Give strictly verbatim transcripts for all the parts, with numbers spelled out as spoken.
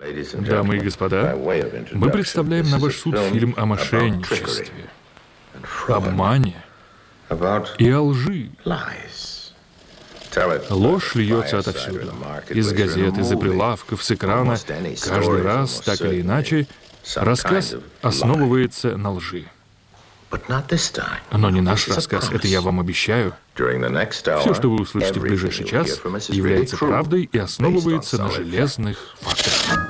Дамы и господа, мы представляем на ваш суд фильм о мошенничестве, обмане и о лжи. Ложь льется отовсюду. Из газет, из-за прилавков, с экрана. Каждый раз, так или иначе, рассказ основывается на лжи. Но не наш рассказ, это я вам обещаю. Все, что вы услышите в ближайший час, является правдой и основывается на железных фактах.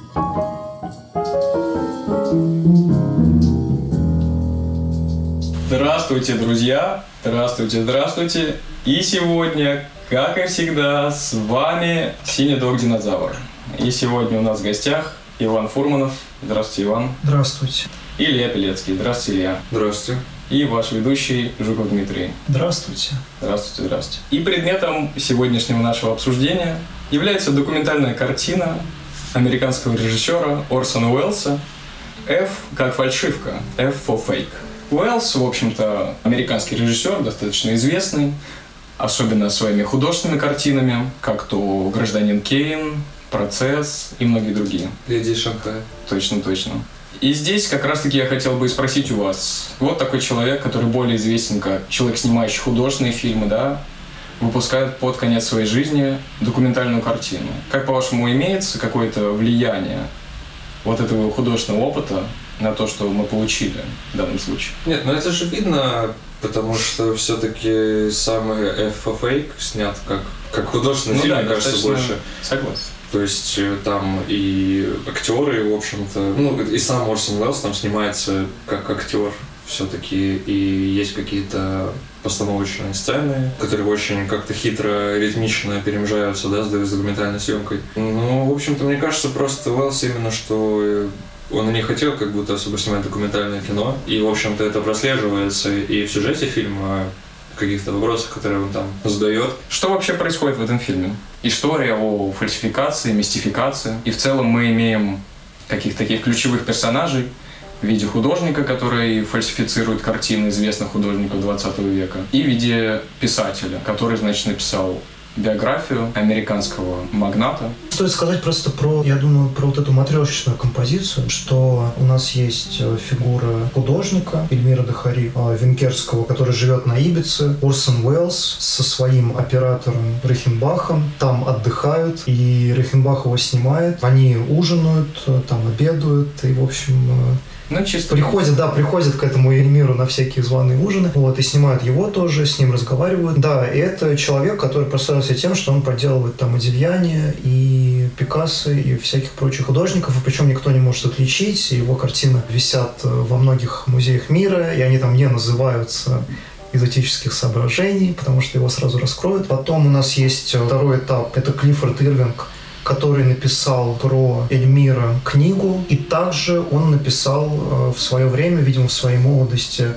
Здравствуйте, друзья! Здравствуйте, здравствуйте! И сегодня, как и всегда, с вами Синий Дог Динозавр. И сегодня у нас в гостях Иван Фурманов. Здравствуйте, Иван. Здравствуйте. Илья Пелецкий. Здравствуйте, Илья. Здравствуйте. И ваш ведущий Жуков Дмитрий. Здравствуйте. Здравствуйте, здравствуйте. И предметом сегодняшнего нашего обсуждения является документальная картина американского режиссера Орсона Уэллса «F» как фальшивка, F for fake. Уэллс, в общем-то, американский режиссер, достаточно известный, особенно своими художественными картинами, как то «Гражданин Кейн», «Процесс» и многие другие. «Леди из Шанхая». Точно, точно. И здесь как раз-таки я хотел бы спросить у вас. Вот такой человек, который более известен как человек, снимающий художественные фильмы, да, выпускает под конец своей жизни документальную картину. Как, по-вашему, имеется какое-то влияние вот этого художественного опыта на то, что мы получили в данном случае? Нет, ну это же видно, потому что все-таки самый F for Fake снят как, как художественный ну, фильм, да, мне кажется, больше. Согласен. То есть там и актеры, в общем-то, ну и сам Орсон Уэллс там снимается как актер все-таки, и есть какие-то постановочные сцены, которые очень как-то хитро, ритмично перемежаются, да, с документальной съемкой. Ну, в общем-то, мне кажется, просто Уэллс именно, что он и не хотел как будто особо снимать документальное кино, и, в общем-то, это прослеживается и в сюжете фильма, каких-то вопросах, которые он там задает. Что вообще происходит в этом фильме? История о фальсификации, мистификации. И в целом мы имеем каких-то таких ключевых персонажей в виде художника, который фальсифицирует картины известных художников двадцатого века, и в виде писателя, который, значит, написал биографию американского магната. Стоит сказать просто про, я думаю, про вот эту матрешечную композицию, что у нас есть фигура художника Эльмира Дахари Венкерского, который живет на Ибице, Орсон Уэллс со своим оператором Рехенбахом там отдыхают, и Рехенбах его снимает, они ужинают, там обедают, и, в общем, Ну, чисто приходят, да, приходят к этому Эльмиру на всякие званые ужины, вот, и снимают его тоже, с ним разговаривают. Да, и это человек, который прославился тем, что он проделывает там Модильяне и Пикассо и всяких прочих художников, и причем никто не может отличить, его картины висят во многих музеях мира, и они там не называются из этических соображений, потому что его сразу раскроют. Потом у нас есть второй этап, это Клиффорд Ирвинг, который написал про Эльмира книгу, и также он написал э, в свое время, видимо, в своей молодости,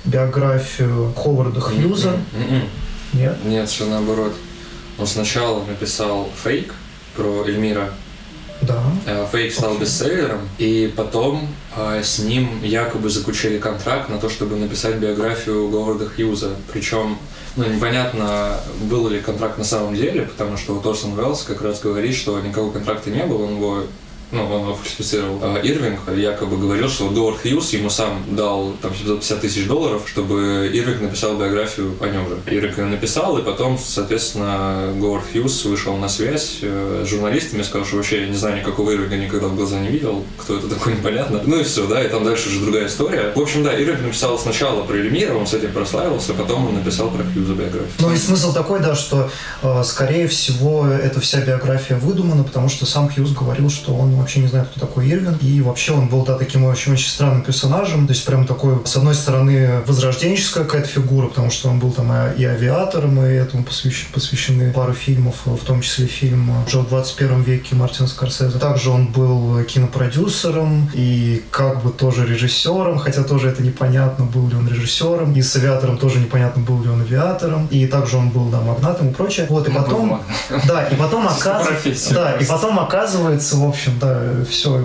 биографию Ховарда Хьюза. Mm-mm. Нет? Нет, все наоборот. Он сначала написал «Фейк» про Эльмира. Да. «Фейк» стал okay. бестселлером, и потом э, с ним якобы заключили контракт на то, чтобы написать биографию Говарда Хьюза. Причем ну, непонятно, был ли контракт на самом деле, потому что вот Орсон Уэллс как раз говорит, что никакого контракта не было, он его, ну, он его фальсифицировал. А Ирвинг якобы говорил, что Говард Хьюз ему сам дал там семьсот пятьдесят тысяч долларов, чтобы Ирвинг написал биографию о нем же. Ирвинг написал, и потом, соответственно, Говард Хьюз вышел на связь э, с журналистами, сказал, что вообще я не знаю никакого Ирвинга, никогда в глаза не видел, кто это такой, непонятно. Ну и все, да, и там дальше уже другая история. В общем, да, Ирвинг написал сначала про Эльмира, он с этим прославился, потом он написал про Хьюза биографию. Ну и смысл такой, да, что, э, скорее всего, эта вся биография выдумана, потому что сам Хьюз говорил, что он вообще не знает, кто такой Ирвинг, и вообще он был, да, таким очень, очень странным персонажем, то есть прям такой, с одной стороны, возрожденческая какая-то фигура, потому что он был там и авиатором, и этому посвящены, посвящены пару фильмов, в том числе фильм уже в двадцать первом веке Мартина Скорсезе. Также он был кинопродюсером и как бы тоже режиссером, хотя тоже это непонятно, был ли он режиссером, и с авиатором тоже непонятно, был ли он авиатором, и также он был, да, магнатом и прочее. Вот, и потом, да, и потом оказывается, да, и потом оказывается, в общем, да, все,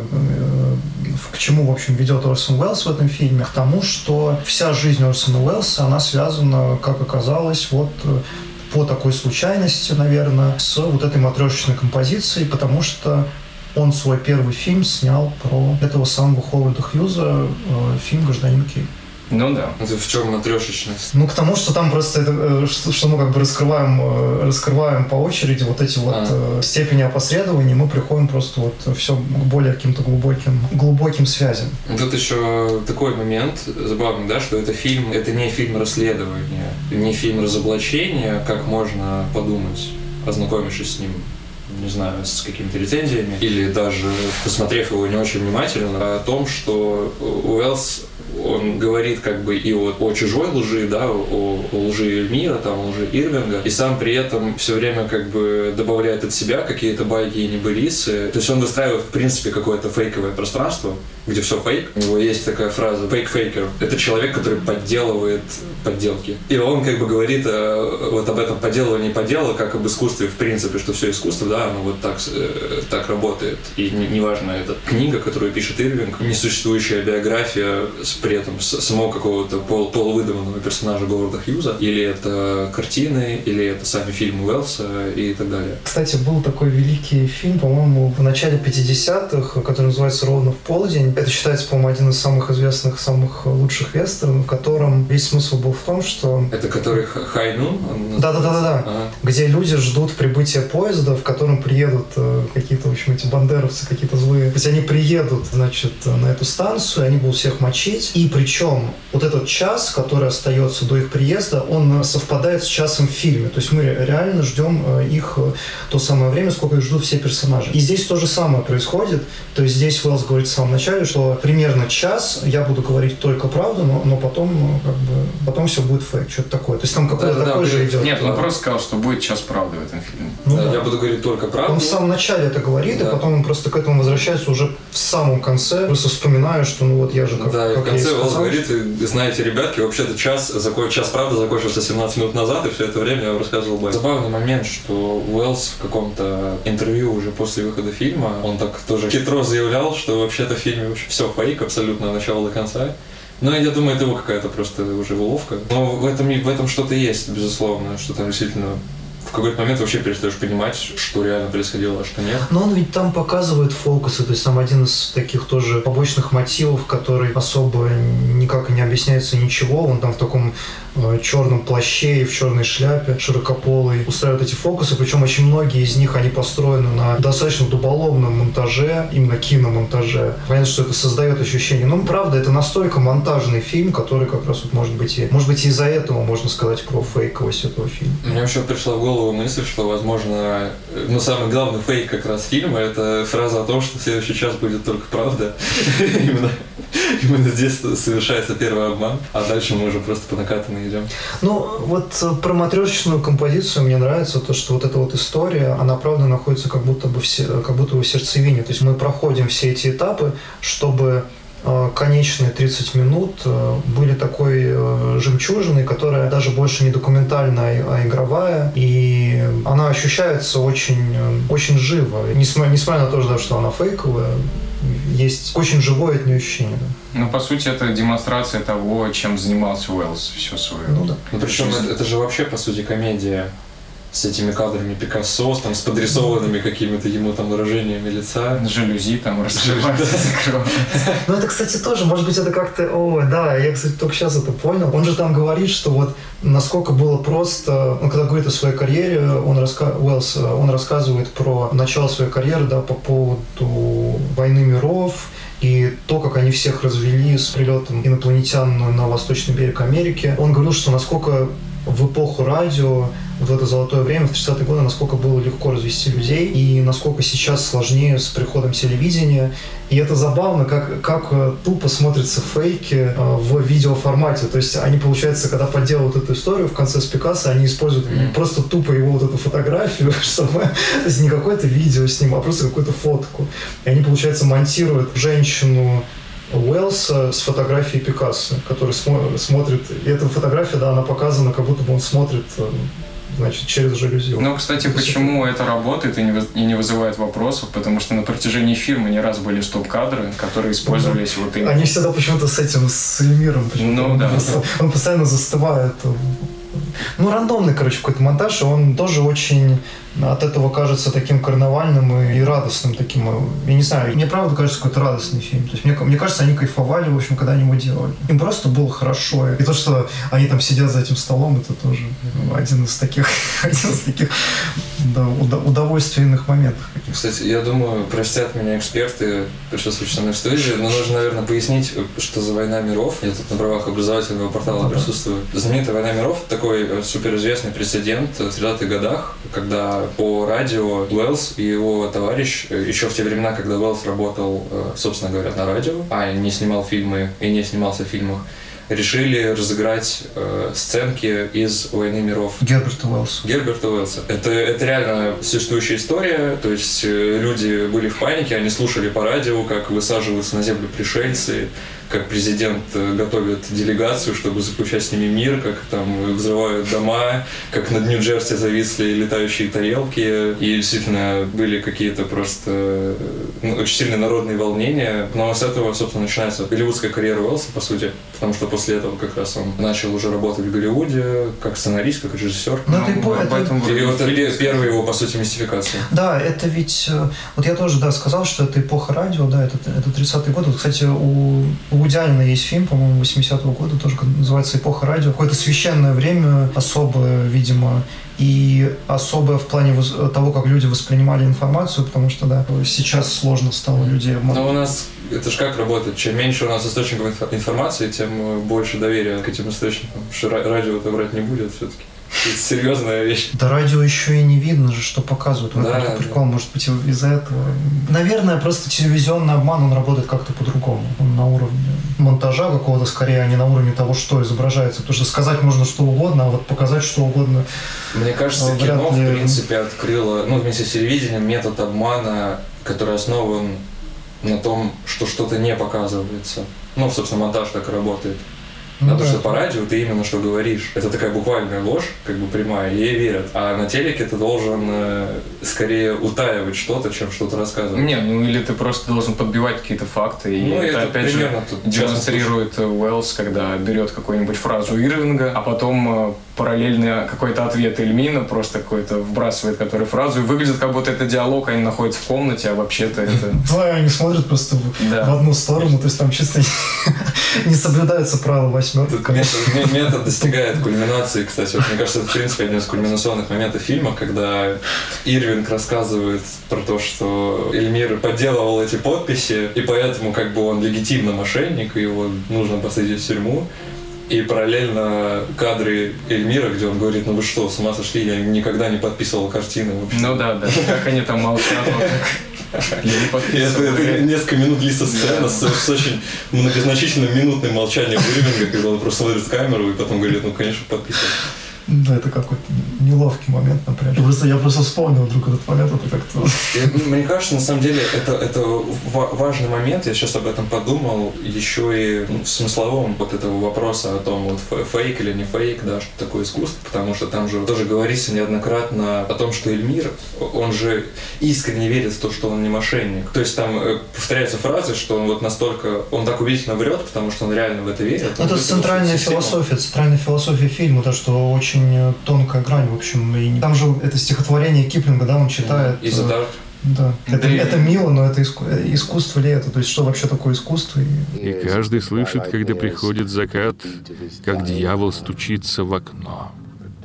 к чему, в общем, ведет Орсон Уэллс в этом фильме, к тому, что вся жизнь Орсона Уэллса, она связана, как оказалось, вот по такой случайности, наверное, с вот этой матрешечной композицией, потому что он свой первый фильм снял про этого самого Ховарда Хьюза, фильм «Гражданин Кейн». Ну да. Это в чем матрешечность? Ну, к тому, что там просто это, что, что мы как бы раскрываем, раскрываем по очереди вот эти вот а. степени опосредования, мы приходим просто вот все к более каким-то глубоким, глубоким связям. Тут еще такой момент забавный, да, что это фильм, это не фильм расследования, не фильм разоблачения, как можно подумать, ознакомившись с ним, не знаю, с какими-то рецензиями, или даже посмотрев его не очень внимательно, о том, что Уэллс, он говорит как бы и о, о чужой лжи, да, о, о лжи Эльмира, там, о лжи Ирвинга, и сам при этом все время как бы добавляет от себя какие-то байки и небылицы. То есть он выстраивает, в принципе, какое-то фейковое пространство, где все фейк. У него есть такая фраза «фейк-фейкер». Это человек, который подделывает подделки. И он как бы говорит э, вот об этом подделывании поддела, как об искусстве, в принципе, что все искусство, да, оно вот так, э, так работает. И неважно, не это книга, которую пишет Ирвинг, несуществующая биография, при этом самого какого-то пол, полувыдуманного персонажа Говарда Хьюза, или это картины, или это сами фильмы Уэллса и так далее. Кстати, был такой великий фильм, по-моему, в начале пятидесятых, который называется «Ровно в полдень». Это считается, по-моему, один из самых известных, самых лучших вестернов, в котором весь смысл был в том, что... Это который High Noon? Да-да-да-да. Ага. Где люди ждут прибытия поезда, в котором приедут э, какие-то, в общем, эти бандеровцы, какие-то злые. То есть они приедут, значит, на эту станцию, они будут всех мочить. И причем вот этот час, который остается до их приезда, он совпадает с часом в фильме. То есть мы реально ждем их то самое время, сколько их ждут все персонажи. И здесь то же самое происходит. То есть здесь Уэллс говорит в самом начале, что примерно час я буду говорить только правду, но, но потом, как бы, потом все будет фейк, что-то такое. То есть там какой-то да, такой да, же идет. Нет, он просто сказал, что будет час правды в этом фильме. Ну, да, да. Я буду говорить только правду. Он в самом начале это говорит, да. Да. И потом он просто к этому возвращается уже в самом конце. Просто вспоминаю, что ну вот я же как, да, как в конце я Уэллс говорит, и, знаете, ребятки, вообще-то час, закон, час правды закончился семнадцать минут назад, и все это время я вам рассказывал байк. Забавный момент, что Уэллс в каком-то интервью уже после выхода фильма, он так тоже хитро заявлял, что вообще-то в фильме вообще все фейк абсолютно от начала до конца. Но я думаю, это его какая-то просто уже уловка. Но в этом, в этом что-то есть, безусловно, что там действительно в какой-то момент вообще перестаешь понимать, что реально происходило, а что нет. Но он ведь там показывает фокусы, то есть там один из таких тоже побочных мотивов, который особо никак не объясняется ничего, он там в таком э, черном плаще и в черной шляпе широкополой устраивает эти фокусы, причем очень многие из них, они построены на достаточно дуболомном монтаже, именно киномонтаже. Понятно, что это создает ощущение, но правда, это настолько монтажный фильм, который как раз вот может быть и, может быть и из-за этого можно сказать про фейковость этого фильма. Мне вообще пришла в голову мысль, что, возможно, ну, самый главный фейк как раз фильма — это фраза о том, что в следующий час будет только правда. Именно, именно здесь совершается первый обман, а дальше мы уже просто по накатанной идем. Ну, вот про матрешечную композицию мне нравится то, что вот эта вот история, она, правда, находится как будто бы в, как будто бы в сердцевине. То есть мы проходим все эти этапы, чтобы конечные тридцать минут были такой жемчужиной, которая даже больше не документальная, а игровая, и она ощущается очень, очень живо. Несмотря, несмотря на то, да, что она фейковая, есть очень живое от нее ощущение. Да. Ну, по сути, это демонстрация того, чем занимался Уэллс все свое. Ну да. Ну, причем это, это же вообще, по сути, комедия с этими кадрами Пикассо, там, с подрисованными какими-то ему там выражениями лица. Жалюзи там раскрываются, закрываются. Ну, это, кстати, тоже, может быть, это как-то... О, да, я, кстати, только сейчас это понял. Он же там говорит, что вот насколько было просто... Он когда говорит о своей карьере, он, раска... Уэллс, он рассказывает про начало своей карьеры, да, по поводу «Войны миров», и то, как они всех развели с прилетом инопланетян на восточный берег Америки. Он говорил, что насколько в эпоху радио, вот в это золотое время, в тридцатые годы, насколько было легко развести людей, и насколько сейчас сложнее с приходом телевидения. И это забавно, как, как тупо смотрятся фейки в видеоформате. То есть они, получается, когда подделывают эту историю в конце с Пикассо, они используют mm-hmm. просто тупо его вот эту фотографию, чтобы, то есть не какое-то видео с ним, а просто какую-то фотку. И они, получается, монтируют женщину Уэллса с фотографией Пикассо, который смо- смотрит, и эта фотография, да, она показана, как будто бы он смотрит, значит, через жалюзи. Ну, кстати, почему это работает и не, воз- и не вызывает вопросов? Потому что на протяжении фильма не раз были стоп-кадры, которые использовались ну, вот именно. Они всегда почему-то с этим, с Эльмиром. Ну, да. Он, он постоянно застывает. Ну, рандомный, короче, какой-то монтаж, и он тоже очень от этого кажется таким карнавальным и, и радостным таким. Я не знаю, мне правда кажется какой-то радостный фильм. То есть мне, мне кажется, они кайфовали, в общем, когда они его делали. Им просто было хорошо. И то, что они там сидят за этим столом, это тоже один из таких, один из таких да, удовольственных моментов. Кстати, я думаю, простят меня эксперты, присутствующие со мной в студии, но нужно, наверное, пояснить, что за «Война миров». Я тут на правах образовательного портала да. присутствую. Знаменитая «Война миров» — такой суперизвестный прецедент в тридцатых годах, когда по радио Уэллс и его товарищ, еще в те времена, когда Уэллс работал, собственно говоря, на радио, а не снимал фильмы и не снимался в фильмах, решили разыграть э, сценки из «Войны миров». Герберта Уэллса. Герберта Уэллса. Это, это реально существующая история. То есть э, люди были в панике, они слушали по радио, как высаживаются на землю пришельцы, как президент готовит делегацию, чтобы заключать с ними мир, как там взрывают дома, как над Нью-Джерси зависли летающие тарелки. И действительно были какие-то просто ну, очень сильные народные волнения. Но с этого, собственно, начинается голливудская карьера Уэллса, по сути. Потому что после этого как раз он начал уже работать в Голливуде, как сценарист, как режиссер. Но ну, ну, это, это... И вот это первая его, по сути, мистификация. Да, это ведь... Вот я тоже, да, сказал, что это эпоха радио, да, это, это тридцатые годы. Вот, кстати, у У Вуди Аллена есть фильм, по-моему, восьмидесятого года, тоже называется «Эпоха радио». Какое-то священное время, особое, видимо, и особое в плане того, как люди воспринимали информацию, потому что, да, сейчас сложно стало людей. Но у нас, это же как работает? Чем меньше у нас источников информации, тем больше доверия к этим источникам. Потому что радио-то врать не будет все-таки. Это серьезная вещь. Да радио еще и не видно же, что показывают. Вот да, это прикол, да. Может быть, из-за этого. Наверное, просто телевизионный обман, он работает как-то по-другому. Он на уровне монтажа какого-то скорее, а не на уровне того, что изображается. Потому что сказать можно что угодно, а вот показать что угодно. Мне кажется, кино, ли... в принципе, открыло, ну, вместе с телевидением, метод обмана, который основан на том, что что-то не показывается. Ну, собственно, монтаж так и работает. Ну, потому да. что по радио ты именно что говоришь. Это такая буквальная ложь, как бы прямая, ей верят. А на телеке ты должен э, скорее утаивать что-то, чем что-то рассказывать. Не, ну или ты просто должен подбивать какие-то факты. И ну, это, это опять же демонстрирует Уэллс, когда берет какую-нибудь фразу Ирвинга, а потом э, параллельно какой-то ответ Эльмина просто какой-то вбрасывает который фразу, и выглядит как будто это диалог, они находятся в комнате, а вообще-то это... Да, они смотрят просто в одну сторону, то есть там чисто не соблюдаются правила восьмерки. Метод, метод достигает кульминации, кстати. Вот, мне кажется, это, в принципе, один из кульминационных моментов фильма, когда Ирвинг рассказывает про то, что Эльмир подделывал эти подписи, и поэтому как бы он легитимно мошенник, и его нужно посадить в тюрьму. И параллельно кадры Эльмира, где он говорит, ну вы что, с ума сошли, я никогда не подписывал картины вообще. Ну да, да, как они там молчат. Это, это несколько минут длится сцена с, с очень многозначительным минутным молчанием Ирвинга, когда он просто смотрит в камеру и потом говорит, ну конечно подписывал. Да, это какой-то неловкий момент, например. Просто, я просто вспомнил вдруг этот момент, это как-то... Мне кажется, на самом деле, это, это важный момент, я сейчас об этом подумал, еще и ну, в смысловом вот этого вопроса о том, вот фейк или не фейк, да, что такое искусство, потому что там же тоже говорится неоднократно о том, что Эльмир, он же искренне верит в то, что он не мошенник. То есть там повторяются фразы, что он вот настолько, он так убедительно врет, потому что он реально в это верит. Это центральная философия, центральная философия фильма, то, что очень тонкая грань, в общем. И там же это стихотворение Киплинга, да, он читает. Из Дарт. Да. Это, это мило, но это иску... искусство ли это? То есть что вообще такое искусство? И... и каждый слышит, когда приходит закат, как дьявол стучится в окно.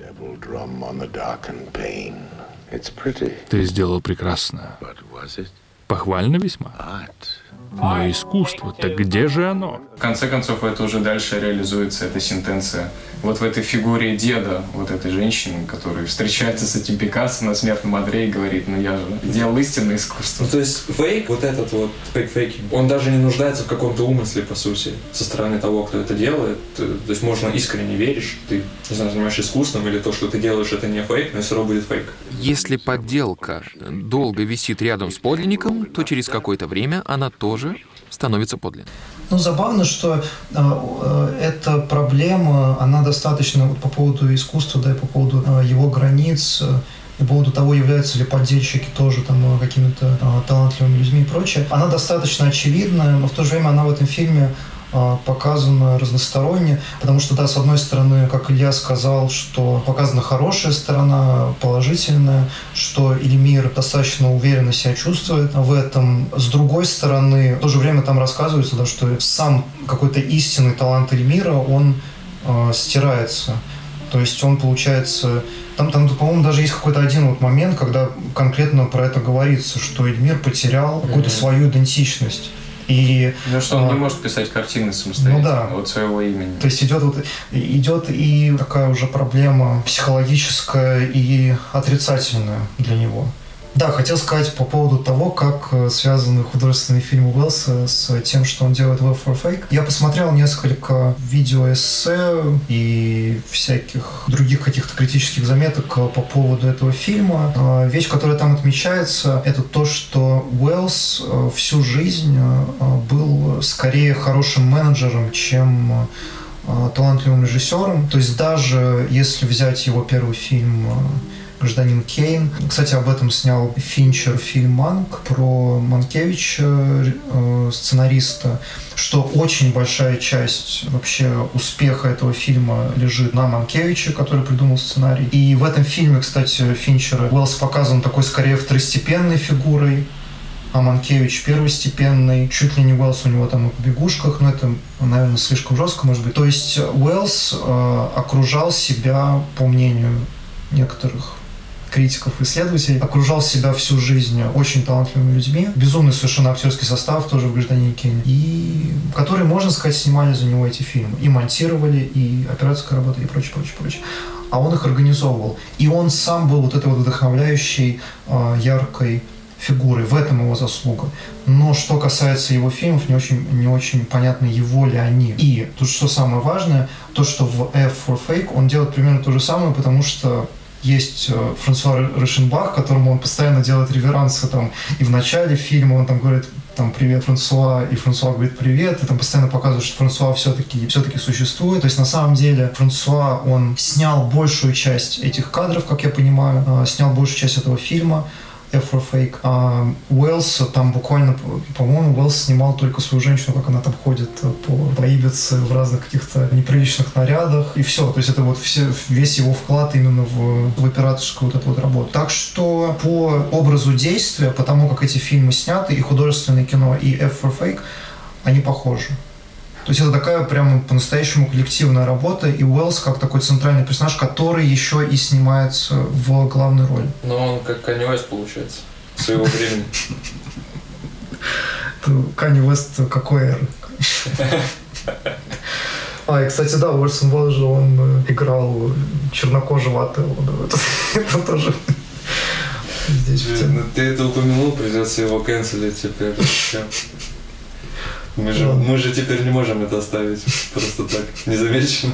Ты сделал прекрасно. Похвально весьма. Но искусство, так где же оно? В конце концов, это уже дальше реализуется, эта сентенция. Вот в этой фигуре деда, вот этой женщины, которая встречается с этим Пикассо на смертном одре и говорит, ну я же делал истинное искусство. Ну, то есть фейк, вот этот вот фейк-фейкинг, он даже не нуждается в каком-то умысле, по сути, со стороны того, кто это делает. То есть можно искренне верить, что ты, не знаю, занимаешься искусством, или то, что ты делаешь, это не фейк, но все равно будет фейк. Если подделка долго висит рядом с подлинником, то через какое-то время она тоже становится подлинной. Ну, забавно, что э, эта проблема, она достаточно по поводу искусства, да, и по поводу э, его границ, э, по поводу того, являются ли поддельщики тоже там какими-то э, талантливыми людьми и прочее, она достаточно очевидна, но в то же время она в этом фильме э, показано разносторонне, потому что, да, с одной стороны, как Илья сказал, что показана хорошая сторона, положительная, что Эльмир достаточно уверенно себя чувствует в этом. С другой стороны, в то же время там рассказывается, да, что сам какой-то истинный талант Эльмира, он э, стирается. То есть он, получается... Там, там, по-моему, даже есть какой-то один вот момент, когда конкретно про это говорится, что Эльмир потерял какую-то mm-hmm. свою идентичность. И, ну что он а, не может писать картины самостоятельно, ну, да. от своего имени. То есть идет, вот, идет и такая уже проблема психологическая и отрицательная для него. Да, хотел сказать по поводу того, как связаны художественные фильмы Уэллса с тем, что он делает в F for Fake. Я посмотрел несколько видеоэссе и всяких других каких-то критических заметок по поводу этого фильма. Вещь, которая там отмечается, это то, что Уэллс всю жизнь был скорее хорошим менеджером, чем талантливым режиссером. То есть даже если взять его первый фильм «Гражданин Кейн». Кстати, об этом снял Финчер фильм «Манк» про Манкевича, сценариста, что очень большая часть вообще успеха этого фильма лежит на Манкевиче, который придумал сценарий. И в этом фильме, кстати, Финчера Уэллс показан такой скорее второстепенной фигурой, а Манкевич первостепенный. Чуть ли не Уэллс у него там и в «Бегушках», но это, наверное, слишком жестко, может быть. То есть Уэллс э, окружал себя, по мнению некоторых критиков и исследователей, окружал себя всю жизнь очень талантливыми людьми. Безумный совершенно актерский состав тоже в «Гражданине Кейне», и которые, можно сказать, снимали за него эти фильмы. И монтировали, и операторская работа, и прочее, прочее, прочее. А он их организовывал. И он сам был вот этой вот вдохновляющей, яркой фигурой. В этом его заслуга. Но что касается его фильмов, не очень, не очень понятно, его ли они. И тут что самое важное, то, что в F for Fake он делает примерно то же самое, потому что есть Франсуа Ришенбах, которому он постоянно делает реверансы там, и в начале фильма он там говорит там, «Привет, Франсуа», и Франсуа говорит «Привет», и там постоянно показывает, что Франсуа все-таки, все-таки существует. То есть на самом деле Франсуа, он снял большую часть этих кадров, как я понимаю, снял большую часть этого фильма F for Fake. А Уэллс там буквально, по-моему, Уэллс снимал только свою женщину, как она там ходит по, по Ибице в разных каких-то неприличных нарядах, и все. То есть это вот все, весь его вклад именно в, в операторскую вот эту вот работу. Так что по образу действия, по тому, как эти фильмы сняты, и художественное кино, и F for Fake, они похожи. То есть это такая прямо по-настоящему коллективная работа, и Уэллс как такой центральный персонаж, который еще и снимается в главной роли. Но он как Канье Уэст, получается, своего времени. Канье Уэст какой эры? А, и, кстати, да, Уорсон Уэллс же, он играл чернокожего Отелло. Это тоже... Ты это упомянул, придется его канцелить теперь. Мы же, мы же теперь не можем это оставить просто так, незамеченно.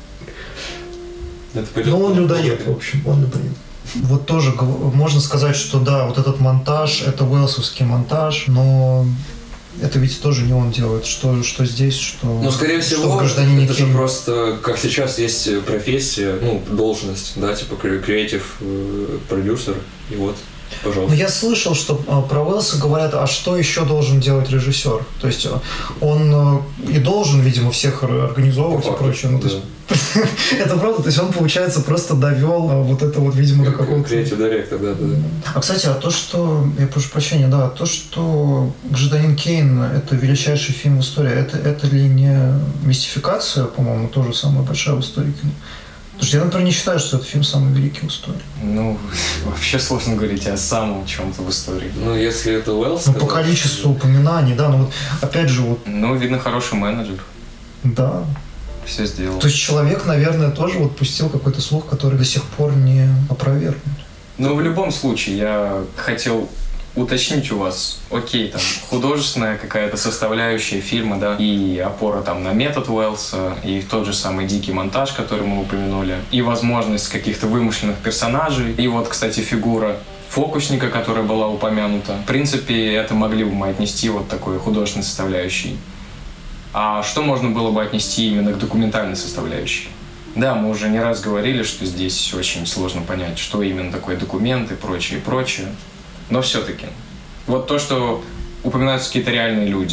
Ну, он людоед, в общем, он людоед. Вот тоже можно сказать, что да, вот этот монтаж, это уэллсовский монтаж, но это ведь тоже не он делает, что, что здесь, что... Ну, скорее всего, «Гражданине это Кейн». же просто, как сейчас есть профессия, ну, должность, да, типа креатив продюсер, и вот. Пожалуйста. Но я слышал, что про Уэллса говорят, а что еще должен делать режиссер? То есть он и должен, видимо, всех организовывать и прочее. Ну, да. Это правда, то есть он, получается, просто довел вот это вот, видимо, до какого-то... Креатив директор, да, да. А, кстати, а то, что... Я прошу прощения, да, то, что «Гражданин Кейн» — это величайший фильм в истории, это, это ли не мистификация, по-моему, тоже самая большая в истории кино? Потому что я, например, не считаю, что это фильм самый великий в истории. Ну, вообще сложно говорить о самом чем-то в истории. Ну, если это Уэллс... Ну, по количеству упоминаний, да, ну вот, опять же, вот... Ну, видно, хороший менеджер. Да. Все сделал. То есть человек, наверное, тоже вот пустил какой-то слух, который до сих пор не опровергнут. Ну, в любом случае, я хотел уточнить у вас, окей, там, художественная какая-то составляющая фильма, да, и опора там на метод Уэллса, и тот же самый дикий монтаж, который мы упомянули, и возможность каких-то вымышленных персонажей, и вот, кстати, фигура фокусника, которая была упомянута. В принципе, это могли бы мы отнести вот такой художественной составляющей. А что можно было бы отнести именно к документальной составляющей? Да, мы уже не раз говорили, что здесь очень сложно понять, что именно такое документ и прочее, и прочее. Но все-таки. Вот то, что упоминаются какие-то реальные люди,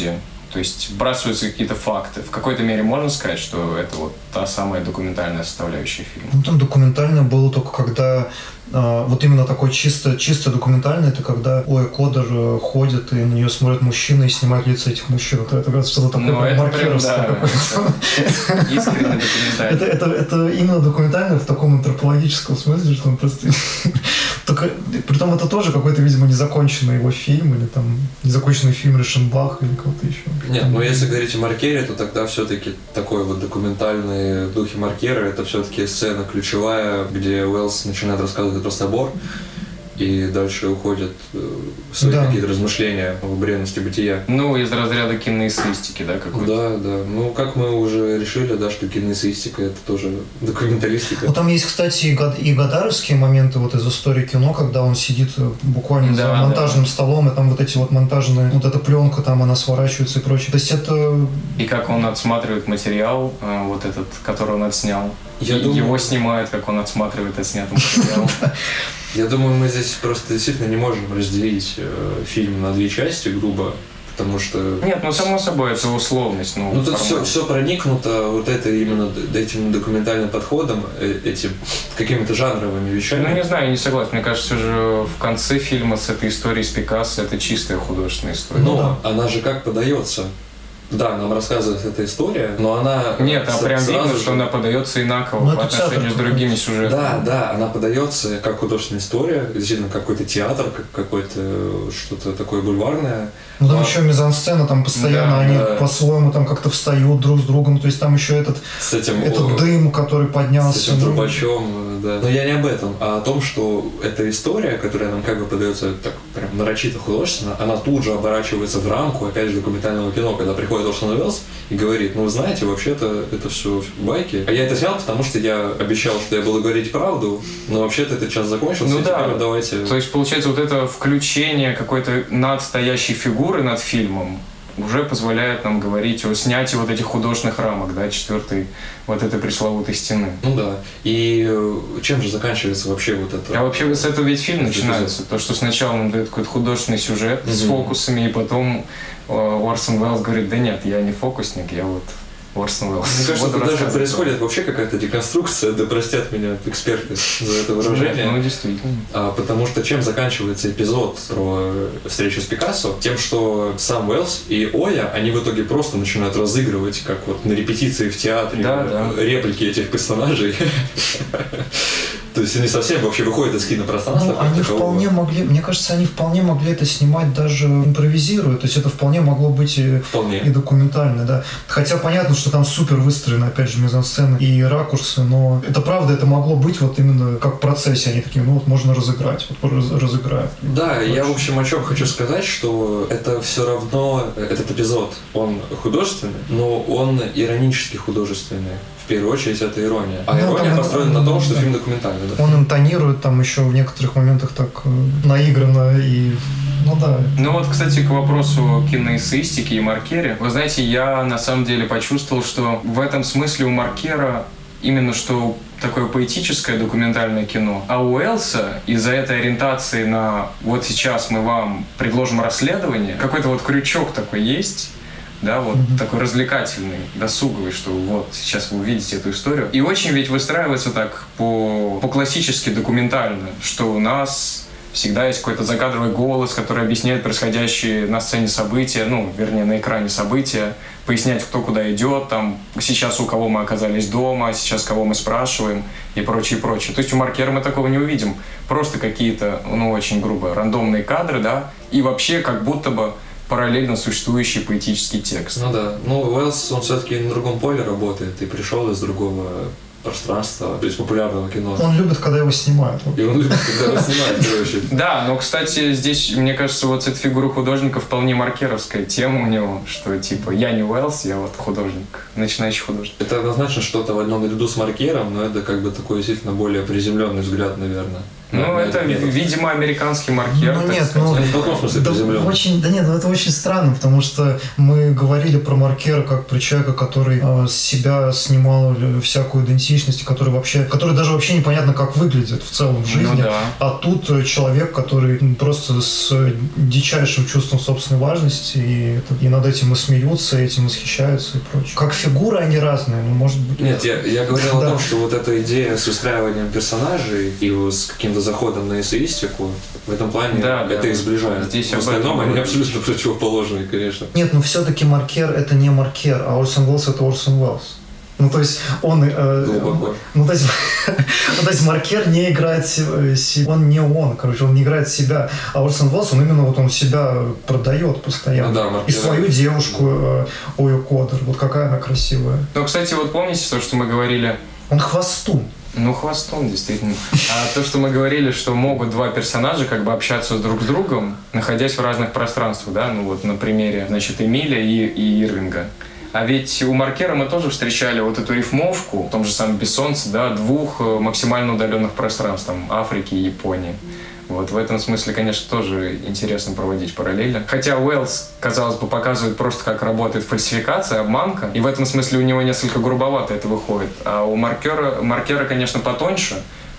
То есть вбрасываются какие-то факты. В какой-то мере можно сказать, что это вот та самая документальная составляющая фильма? Ну, там документально было только когда... А, вот именно такой чисто, чисто документальный, это когда Оя Кодер ходит, и на нее смотрят мужчины и снимают лица этих мужчин. Это, это что-то такое ну, это маркеровское. Прям, да, искренне документально. Это, это, это именно документально в таком антропологическом смысле, что он просто... Только, притом это тоже какой-то, видимо, незаконченный его фильм, или там незаконченный фильм Ришенбах или кого-то еще. Нет, но если говорить о Маркере, то тогда все-таки такой вот документальный в духе Маркера, это все-таки сцена ключевая, где Уэллс начинает рассказывать про собор, и дальше уходят в свои да. какие-то размышления о бренности бытия. Ну, из разряда киноэссеистики, да, какой-то? Да, да. Ну, как мы уже решили, да, что киноэссеистика — это тоже документалистика. Ну, там есть, кстати, и, год, и годаровские моменты вот из истории кино, когда он сидит буквально да, за монтажным да. столом, и там вот эти вот монтажные, вот эта пленка, там она сворачивается и прочее. То есть это... И как он отсматривает материал, вот этот, который он отснял. Я и думаю... Его снимают, как он отсматривает отснятый материал. Я думаю, мы здесь просто действительно не можем разделить э, фильм на две части, грубо, потому что... Нет, ну само собой, это условность. Ну, ну тут все, все проникнуто вот это именно этим документальным подходом, этим какими-то жанровыми вещами. Ну не знаю, я не согласен. Мне кажется, же в конце фильма с этой историей с Пикассо это чистая художественная история. Но да. она же как подается? Да, нам рассказывает эта история, но она... Нет, а прям видно, же... что она подается инаково ну, по отношению с другими сюжетами. Да, да, она подается как художественная история, действительно какой-то театр, как какое-то что-то такое бульварное. Ну там а... еще мизансцена, там постоянно да, они да. по-своему там как-то встают друг с другом, то есть там еще этот, с этим, этот о... дым, который поднялся. С этим трубачом, да. Но я не об этом, а о том, что эта история, которая нам как бы подается так прям нарочито художественно, она тут же оборачивается в рамку, опять же, документального кино, когда приходит Орсон Уэллс и говорит, ну, вы знаете, вообще-то это все байки. А я это снял, потому что я обещал, что я буду говорить правду, но вообще-то этот час закончился, ну, и да. теперь давайте... То есть, получается, вот это включение какой-то надстоящей фигуры над фильмом уже позволяет нам говорить о снятии вот этих художественных рамок, да, четвертой вот этой пресловутой стены. Ну да. И чем же заканчивается вообще вот это? А вообще с этого ведь фильм начинается. То, что сначала нам дает какой-то художественный сюжет mm-hmm. с фокусами, и потом Орсон Уэллс говорит, да нет, я не фокусник, я вот Орсон Уэллс. Мне кажется, вот даже происходит вообще какая-то деконструкция, да простят меня эксперты за это выражение. Ну, действительно. А, потому что чем заканчивается эпизод про встречу с Пикассо? Тем, что сам Уэллс и Оя, они в итоге просто начинают разыгрывать, как вот на репетиции в театре, да, да. реплики этих персонажей. То есть они совсем вообще выходят из кинопространства. Ну, они вполне могли, мне кажется, они вполне могли это снимать даже импровизируя. То есть это вполне могло быть и, вполне. и документально, да. Хотя понятно, что там супер выстроены, опять же, мизансцены и ракурсы, но это правда, это могло быть вот именно как в процессе. Они такие, ну вот можно разыграть, вот раз, разыграют. Да, я в общем о чем хочу сказать, что это все равно, этот эпизод, он художественный, но он иронически художественный. В первую очередь это ирония. А ну, ирония построена на том, что да. фильм документальный. Да? Он интонирует там еще в некоторых моментах так наигранно и... Ну да. Ну вот, кстати, к вопросу киноэссеистики и Маркера. Вы знаете, я на самом деле почувствовал, что в этом смысле у Маркера именно что такое поэтическое документальное кино, а у Уэллса из-за этой ориентации на вот сейчас мы вам предложим расследование, какой-то вот крючок такой есть, да, вот mm-hmm. такой развлекательный, досуговый, что вот сейчас вы увидите эту историю. И очень ведь выстраивается так по, по-классически документально, что у нас всегда есть какой-то закадровый голос, который объясняет происходящие на сцене события, ну, вернее, на экране события, пояснять, кто куда идет, там, сейчас у кого мы оказались дома, сейчас кого мы спрашиваем и прочее, прочее. То есть у Маркера мы такого не увидим. Просто какие-то, ну, очень грубо, рандомные кадры, да, и вообще как будто бы параллельно существующий поэтический текст. Ну да. Ну, Уэллс, он все-таки на другом поле работает и пришел из другого пространства, то есть популярного кино. Он любит, когда его снимают. И он любит, когда его снимают, короче. Да, но, кстати, здесь, мне кажется, вот эта фигура художника вполне маркеровская тема у него, что, типа, я не Уэллс, я вот художник, начинающий художник. Это однозначно что-то в одном ряду с Маркером, но это как бы такой действительно более приземленный взгляд, наверное. Ну, на это, видимо, американский маркер. Ну, нет, сказать. ну, в каком смысле да, очень, да нет, ну, это очень странно, потому что мы говорили про маркер как про человека, который э, с себя снимал всякую идентичность, который вообще, который даже вообще непонятно, как выглядит в целом в жизни. Ну, да. А тут человек, который просто с дичайшим чувством собственной важности, и, это, и над этим и смеются, и этим восхищаются и прочее. Как фигуры они разные, ну, может быть... Нет, я, я говорил да. о том, что вот эта идея с выстраиванием персонажей и вот с каким-то заходом на эссеистику, в этом плане да, это да. и сближает. Здесь в остальном они будет. абсолютно противоположные, конечно. Нет, но все-таки маркер это не маркер, а Орсон Уэллс это Орсон Уэллс. Ну, то есть он... Э, ну, то есть, ну, то есть маркер не играет себя, он не он, короче, он не играет себя, а Орсон Уэллс, он именно вот он себя продает постоянно. Ну, да, маркер. И свою девушку э, Ою Кодер, вот какая она красивая. Ну, кстати, вот помните то, что мы говорили? Он хвостун. Ну, хвостун, действительно. А то, что мы говорили, что могут два персонажа как бы общаться друг с другом, находясь в разных пространствах, да, ну вот на примере, значит, Эмиля и, и Ирвинга. А ведь у маркера мы тоже встречали вот эту рифмовку, в том же самом Бессонце, да, двух максимально удаленных пространств, там, Африки и Японии. Вот в этом смысле, конечно, тоже интересно проводить параллели. Хотя Уэллс, казалось бы, показывает просто, как работает фальсификация, обманка, и в этом смысле у него несколько грубовато это выходит. А у маркера, маркера, конечно, потоньше,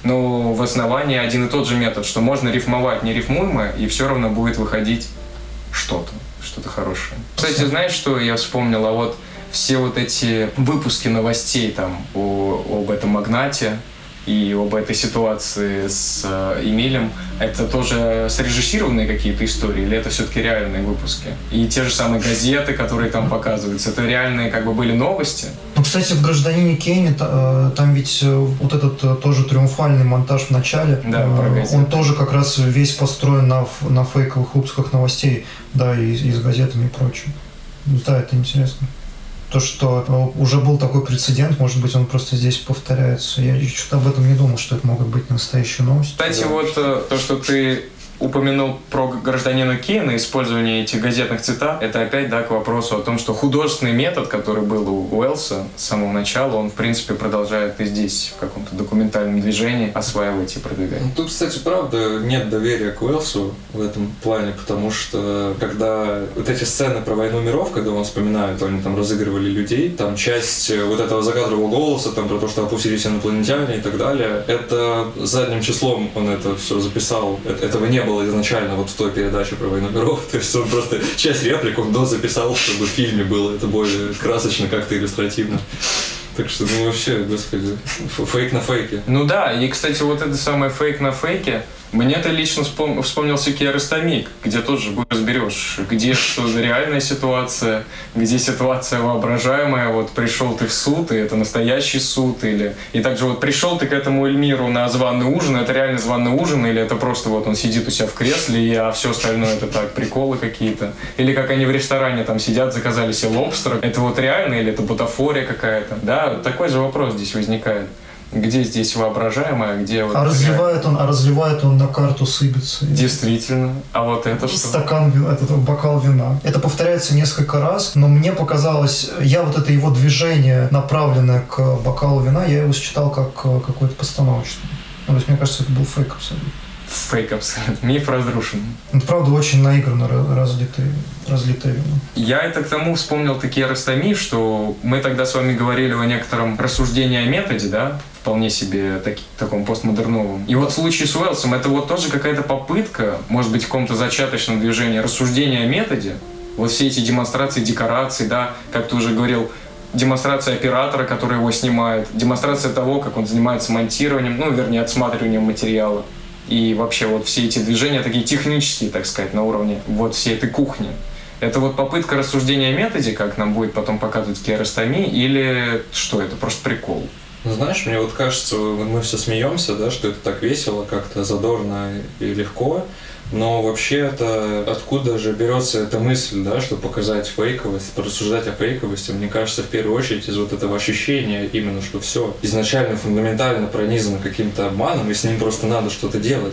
но в основании один и тот же метод, что можно рифмовать нерифмуемое, и все равно будет выходить что-то, что-то хорошее. Кстати, знаешь, что я вспомнил? А вот все вот эти выпуски новостей там о, об этом магнате, и об этой ситуации с э, Эмилем, это тоже срежиссированные какие-то истории, или это все-таки реальные выпуски? И те же самые газеты, которые там показываются, это реальные как бы были новости? Ну, кстати, в «Гражданине Кейне» там ведь вот этот тоже триумфальный монтаж в начале, да, он тоже как раз весь построен на, на фейковых выпусках новостей, да, и, и с газетами и прочим. Да, это интересно. То, что уже был такой прецедент, может быть, он просто здесь повторяется. Я что-то об этом не думал, что это могут быть настоящие новости. Кстати, да. Вот то, что ты упомянул про «Гражданина Кейна», использование этих газетных цитат, это опять, да, к вопросу о том, что художественный метод, который был у Уэллса с самого начала, он, в принципе, продолжает и здесь, в каком-то документальном движении, осваивать и продвигать. Тут, кстати, правда, нет доверия к Уэллсу в этом плане, потому что, когда вот эти сцены про «Войну миров», когда он вспоминает, то они там разыгрывали людей, там часть вот этого закадрового голоса, там про то, что опустились инопланетяне и так далее, это задним числом он это все записал, этого не было изначально вот в той передаче про «Войну миров», то есть он просто часть реплик он дозаписал, чтобы в фильме было это более красочно, как-то иллюстративно. Так что, ну вообще, господи, фейк на фейке. Ну да, и, кстати, вот это самое фейк на фейке, мне-то лично вспом... вспомнился Киаростамик, где тоже разберешь, где что реальная ситуация, где ситуация воображаемая, вот пришел ты в суд, и это настоящий суд, или... И также вот пришел ты к этому Эльмиру на званый ужин, это реально званый ужин, или это просто вот он сидит у себя в кресле, и, а все остальное это так, приколы какие-то. Или как они в ресторане там сидят, заказали себе лобстера, это вот реально, или это бутафория какая-то. Да, такой же вопрос здесь возникает. Где здесь воображаемое, а где... Вот а, разливает он, а разливает он на карту с Ибицы. Действительно. А вот это что? Стакан, этот бокал вина. Это повторяется несколько раз, но мне показалось, я вот это его движение, направленное к бокалу вина, я его считал как какой-то постановочный. Ну, то есть, мне кажется, это был фейк абсолютно. Фейк абсолютно. Миф разрушен. Это, правда, очень наигранно разлитое, разлитое вино. Я это к тому вспомнил такие Растами, что мы тогда с вами говорили о некотором рассуждении о методе, да, вполне себе таки, таком постмодерновом. И вот в случае с Уэллсом это вот тоже какая-то попытка, может быть, в каком-то зачаточном движении рассуждения о методе. Вот все эти демонстрации декораций, да, как ты уже говорил, демонстрация оператора, который его снимает, демонстрация того, как он занимается монтированием, ну, вернее, отсматриванием материала. И вообще вот все эти движения такие технические, так сказать, на уровне вот всей этой кухни. Это вот попытка рассуждения о методе, как нам будет потом показывать Киаростами, или что это, просто прикол? Ну, знаешь, мне вот кажется, мы все смеемся, да, что это так весело, как-то задорно и легко, но вообще это откуда же берется эта мысль, да, что показать фейковость, порассуждать о фейковости, мне кажется, в первую очередь из вот этого ощущения именно, что все изначально фундаментально пронизано каким-то обманом, и с ним просто надо что-то делать.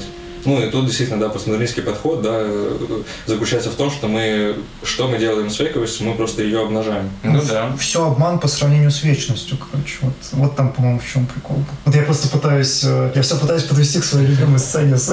Ну и тут действительно, да, постмодернистский подход, да, заключается в том, что мы, что мы делаем с фейковостью, мы просто ее обнажаем. Ну да. Все обман по сравнению с вечностью, короче. Вот, вот там, по-моему, в чем прикол. Вот я просто пытаюсь, я все пытаюсь подвести к своей любимой сцене с,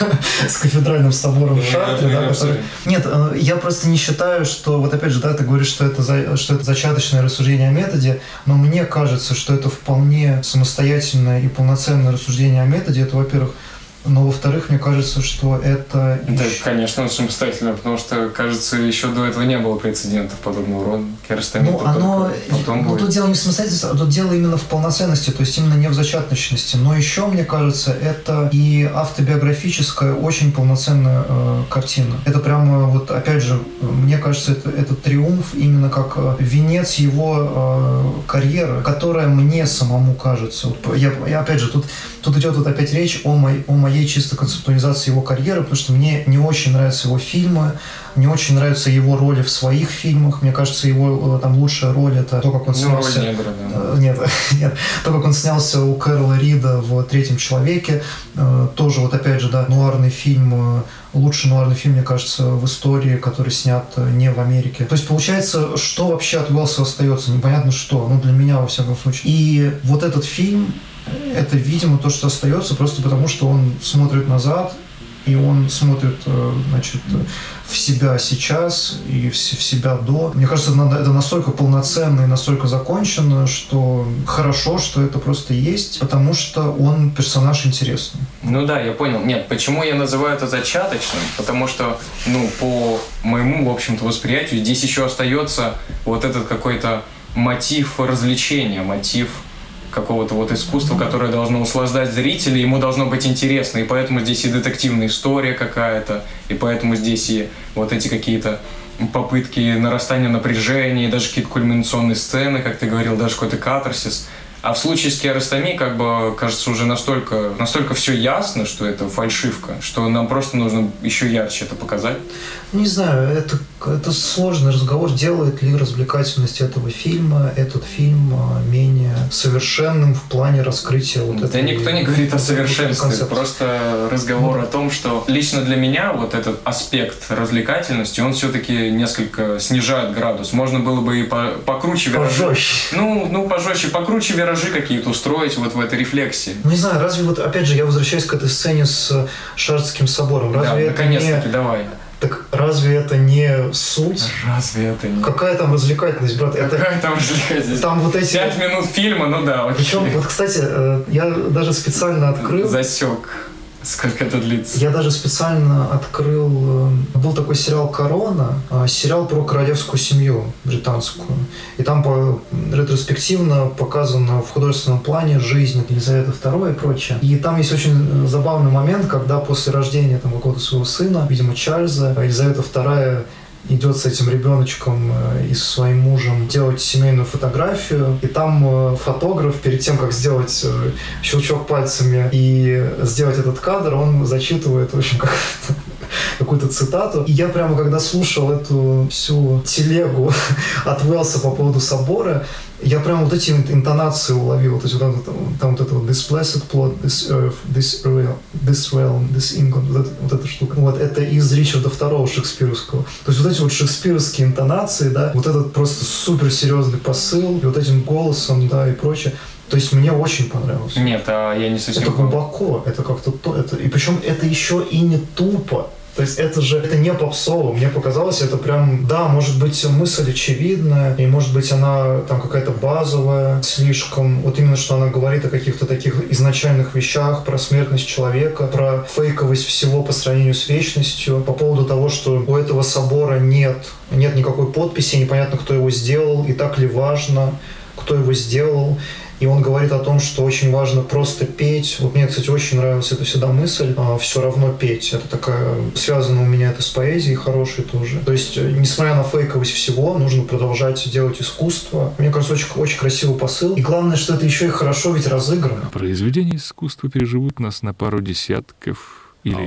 с кафедральным собором в Шартле, да, который... Нет, я просто не считаю, что, вот опять же, да, ты говоришь, что это, за... что это зачаточное рассуждение о методе, но мне кажется, что это вполне самостоятельное и полноценное рассуждение о методе. Это, во-первых, но, во-вторых, мне кажется, что это... Да, еще... конечно, самостоятельно, потому что, кажется, еще до этого не было прецедентов подобного рода. Керстамид ну, оно... потом ну, будет. Тут дело не в самостоятельности, а тут дело именно в полноценности, то есть именно не в зачаточности. Но еще, мне кажется, это и автобиографическая, очень полноценная э, картина. Это прямо, вот, опять же, мне кажется, это, это триумф именно как э, венец его э, карьеры, которая мне самому кажется. Вот, я, я, опять же, тут, тут идет вот опять речь о, мой, о моей чисто концептуализации его карьеры, потому что мне не очень нравятся его фильмы, не очень нравятся его роли в своих фильмах. Мне кажется, его там лучшая роль — это то, как он снялся... Ну, негра, да. Нет, нет, то, как он снялся у Кэрола Рида в «Третьем человеке». Тоже, вот опять же, да, нуарный фильм, лучший нуарный фильм, мне кажется, в истории, который снят не в Америке. То есть, получается, что вообще от Уэллса остается? Непонятно что, ну, для меня, во всяком случае. И вот этот фильм, это, видимо, то, что остается, просто потому, что он смотрит назад, и он смотрит, значит, в себя сейчас и в себя до. Мне кажется, это настолько полноценно и настолько закончено, что хорошо, что это просто есть, потому что он персонаж интересный. Ну да, я понял. Нет, почему я называю это зачаточным? Потому что, ну, по моему, в общем-то, восприятию, здесь еще остается вот этот какой-то мотив развлечения, мотив какого-то вот искусства, которое должно услаждать зрителей, ему должно быть интересно, и поэтому здесь и детективная история какая-то, и поэтому здесь и вот эти какие-то попытки нарастания напряжения, и даже какие-то кульминационные сцены, как ты говорил, даже какой-то катарсис. А в случае с Киаростами, как бы, кажется, уже настолько, настолько все ясно, что это фальшивка, что нам просто нужно еще ярче это показать. Не знаю, это, это сложный разговор. Делает ли развлекательность этого фильма этот фильм менее совершенным в плане раскрытия вот да этой... Да никто не говорит о совершенстве. Это просто разговор ну, о том, что лично для меня вот этот аспект развлекательности, он все-таки несколько снижает градус. Можно было бы и по, покруче виражи. Пожестче. Ну, ну, пожестче, покруче виражи какие-то устроить вот в этой рефлексии. Ну, не знаю, разве вот, опять же, я возвращаюсь к этой сцене с Шардским собором. Разве да, это наконец-таки, не... давай. Так разве это не суть? Разве это не... Какая там развлекательность, брат? Какая это... там развлекательность? Там вот эти... Пять минут фильма, ну да, окей. Причем, вот, кстати, я даже специально открыл... Засек. Сколько это длится? Я даже специально открыл... Был такой сериал «Корона», сериал про королевскую семью британскую. И там по, ретроспективно показана в художественном плане жизнь Елизаветы второй и прочее. И там есть очень забавный момент, когда после рождения там, какого-то своего сына, видимо, Чарльза, Елизавета вторая идет с этим ребеночком и со своим мужем делать семейную фотографию. И там фотограф, перед тем, как сделать щелчок пальцами и сделать этот кадр, он зачитывает, в общем, как-то какую-то цитату. И я прямо, когда слушал эту всю телегу от Уэллса по поводу собора, я прямо вот эти интонации уловил. То есть вот там, там вот это вот this blessed plot, this earth, this realm, this realm, this England, вот, это, вот эта штука. Вот это из Ричарда второго шекспировского. То есть вот эти вот шекспировские интонации, да, вот этот просто суперсерьезный посыл, и вот этим голосом, да, и прочее. То есть мне очень понравилось. Нет, а я не совсем... Это глубоко, это как-то то, это, и причем это еще и не тупо. То есть это же, это не попсово. Мне показалось, это прям, да, может быть, мысль очевидная, и может быть, она там какая-то базовая слишком. Вот именно, что она говорит о каких-то таких изначальных вещах, про смертность человека, про фейковость всего по сравнению с вечностью, по поводу того, что у этого собора нет, нет никакой подписи, непонятно, кто его сделал, и так ли важно, кто его сделал. И он говорит о том, что очень важно просто петь. Вот мне, кстати, очень нравилась эта всегда мысль. А, все равно петь. Это такая... Связано у меня это с поэзией хорошей тоже. То есть, несмотря на фейковость всего, нужно продолжать делать искусство. Мне кажется, очень, очень красивый посыл. И главное, что это еще и хорошо ведь разыграно. Произведения искусства переживут нас на пару десятков или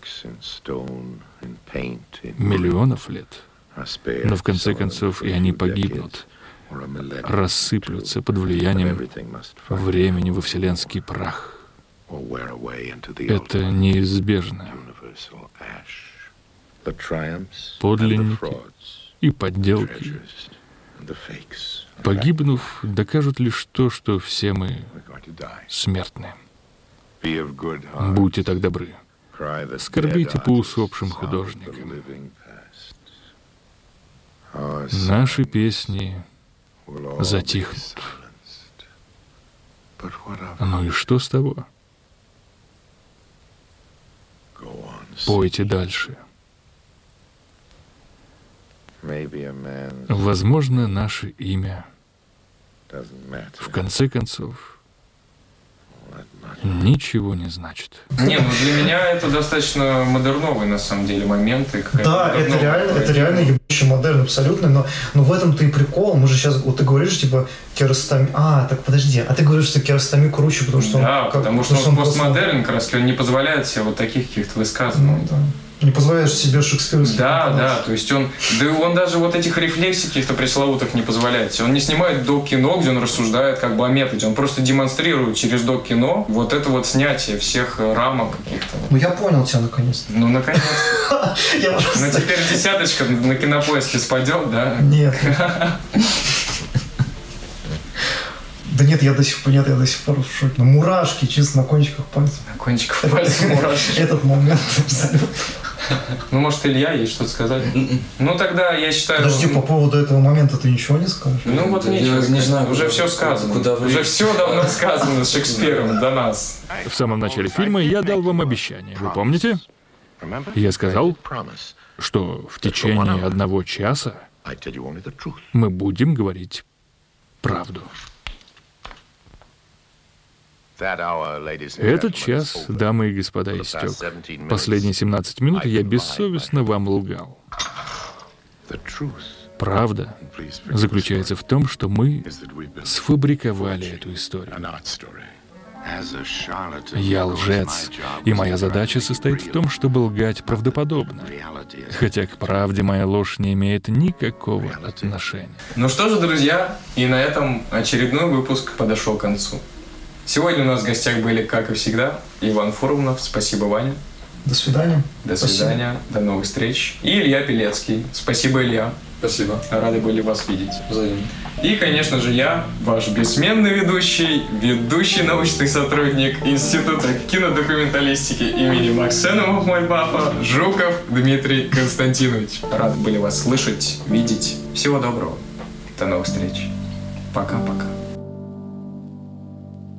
миллионов лет. Но в конце концов и они погибнут, рассыплются под влиянием времени во вселенский прах. Это неизбежно. Подлинники и подделки, погибнув, докажут лишь то, что все мы смертны. Будьте так добры, скорбите по усопшим художникам. Наши песни затихнут. Ну и что с того? Пойте дальше. Возможно, наше имя в конце концов ничего не значит. Не, ну для меня это достаточно модерновый на самом деле момент. И да, это реально, это реально ебучий модерн абсолютно, но, но в этом-то и прикол. Мы же сейчас, вот ты говоришь, типа, Киаростами... А, так подожди, а ты говоришь, что Киаростами круче, потому что он... Да, как, потому что, что он постмодерн, как раз он не позволяет себе вот таких каких-то высказываний. Ну, да. Не позволяешь себе шекспировских. Да, да, то есть он, да он даже вот этих рефлексий каких-то пресловутых не позволяет себе. Он не снимает док-кино, где он рассуждает как бы о методе. Он просто демонстрирует через док-кино вот это вот снятие всех рамок каких-то. Ну я понял тебя наконец-то. Ну наконец-то. Ну теперь десяточка на Кинопоиске спадет, да? Нет. Да нет, я до сих пор, нет, я до сих пор в шоке. Ну, мурашки чисто на кончиках пальцев. На кончиках пальцев мурашки. Этот момент абсолютно. Ну, может, Илья есть что-то сказать? Ну, тогда я считаю... Подожди, по поводу этого момента ты ничего не скажешь? Ну, вот ничего. Не знаю, уже все сказано. Куда уже все давно сказано с Шекспиром до нас. В самом начале фильма я дал вам обещание. Вы помните? Я сказал, что в течение одного часа мы будем говорить правду. Этот час, дамы и господа, истек. Последние семнадцать минут я бессовестно вам лгал. Правда заключается в том, что мы сфабриковали эту историю. Я лжец, и моя задача состоит в том, чтобы лгать правдоподобно. Хотя к правде моя ложь не имеет никакого отношения. Ну что же, друзья, и на этом очередной выпуск подошел к концу. Сегодня у нас в гостях были, как и всегда, Иван Фурманов. Спасибо, Ваня. До свидания. До свидания. Спасибо. До новых встреч. И Илья Пелецкий. Спасибо, Илья. Спасибо. Рады были вас видеть. Взаимно. И, конечно же, я, ваш бессменный ведущий, ведущий научный сотрудник Института кинодокументалистики имени Максена Махмальбафа, Жуков Дмитрий Константинович. Рады были вас слышать, видеть. Всего доброго. До новых встреч. Пока-пока.